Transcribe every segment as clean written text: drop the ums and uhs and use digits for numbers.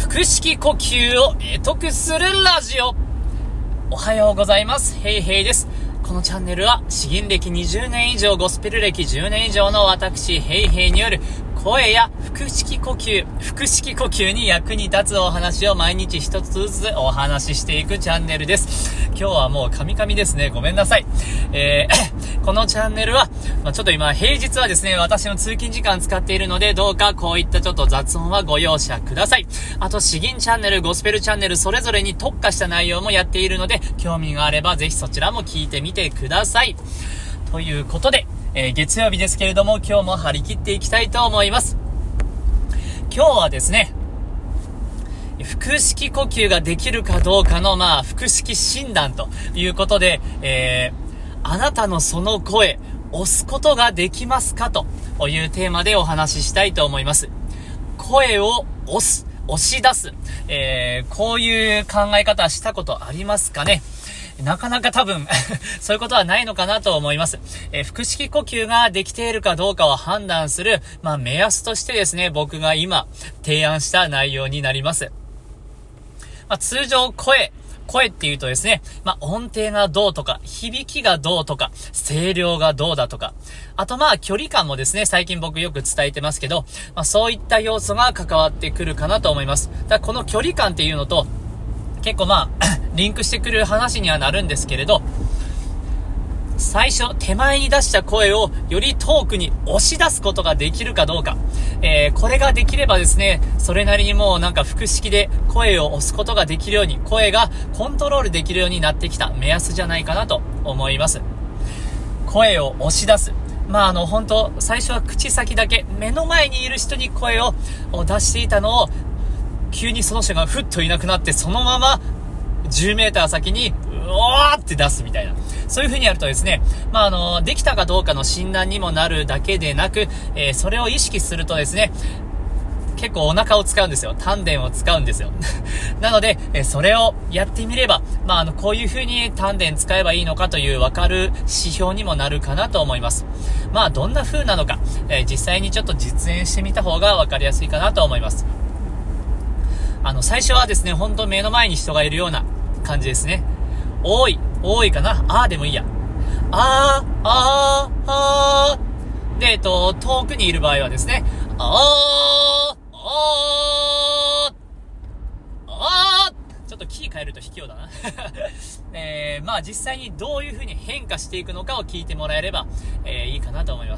腹式呼吸を得得するラジオ。おはようございます。ヘイヘイです。このチャンネルは詩吟歴20年以上、ゴスペル歴10年以上の私ヘイヘイによる声や腹式呼吸に役に立つお話を毎日一つずつお話ししていくチャンネルです。今日はもうカミカミですね。ごめんなさい。このチャンネルは、ちょっと今平日はですね、私の通勤時間使っているので、どうかこういったちょっと雑音はご容赦ください。あと詩吟チャンネル、ゴスペルチャンネルそれぞれに特化した内容もやっているので、興味があればぜひそちらも聞いてみてください。ということで、月曜日ですけれども、今日も張り切っていきたいと思います。今日はですね、腹式呼吸ができるかどうかの腹式診断ということで、あなたのその声押すことができますかというテーマでお話ししたいと思います。声を押し出す、こういう考え方したことありますかね。なかなか多分そういうことはないのかなと思います。腹式呼吸ができているかどうかを判断する、目安としてですね、僕が今提案した内容になります。通常声っていうとですね、音程がどうとか、響きがどうとか、声量がどうだとか、あと距離感もですね、最近僕よく伝えてますけど、そういった要素が関わってくるかなと思います。だからこの距離感っていうのと、結構リンクしてくる話にはなるんですけれど、最初手前に出した声をより遠くに押し出すことができるかどうか、これができればですね、それなりにもう腹式で声を押すことができるように、声がコントロールできるようになってきた目安じゃないかなと思います。声を押し出す、本当最初は口先だけ、目の前にいる人に声を出していたのを、急にその人がふっといなくなって、そのまま10メーター先にうわーって出すみたいな、そういう風にやるとですね、できたかどうかの診断にもなるだけでなく、それを意識するとですね、結構お腹を使うんですよ。丹田を使うんですよなので、それをやってみれば、こういう風に丹田使えばいいのかという分かる指標にもなるかなと思います。どんな風なのか、実際にちょっと実演してみた方が分かりやすいかなと思います。最初はですね、本当目の前に人がいるような感じですね。多いかな、でもいいや。で、遠くにいる場合はですね、ちょっとキー変えると卑怯だな実際にどういう風に変化していくのかを聞いてもらえれば、いいかなと思います。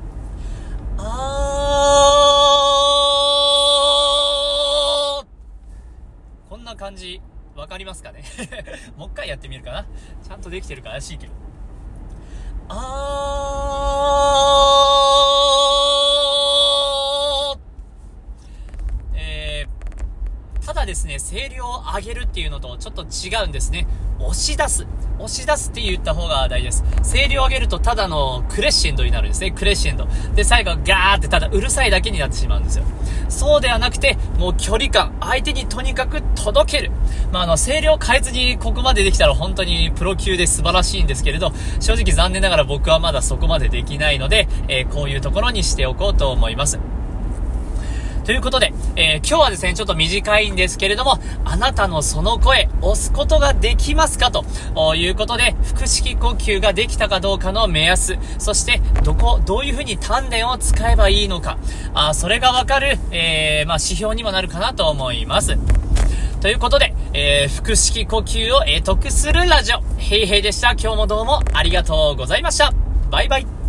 こんな感じわかりますかねもう一回やってみるかな。ちゃんとできてるか怪しいけど、ただですね、声量を上げるっていうのとちょっと違うんですね。押し出すって言った方が大事です。声量を上げるとただのクレッシェンドになるんですね。クレッシェンドで、最後はガーってただうるさいだけになってしまうんですよ。そうではなくて、もう距離感、相手にとにかく届ける。声量を変えずにここまでできたら本当にプロ級で素晴らしいんですけれど、正直残念ながら僕はまだそこまでできないので、こういうところにしておこうと思います。ということで、今日はですね、ちょっと短いんですけれども、あなたのその声、押すことができますかということで、腹式呼吸ができたかどうかの目安、そしてどういう風に丹田を使えばいいのか、それがわかる、指標にもなるかなと思います。ということで、腹式呼吸を得得するラジオ、ヘイヘイでした。今日もどうもありがとうございました。バイバイ。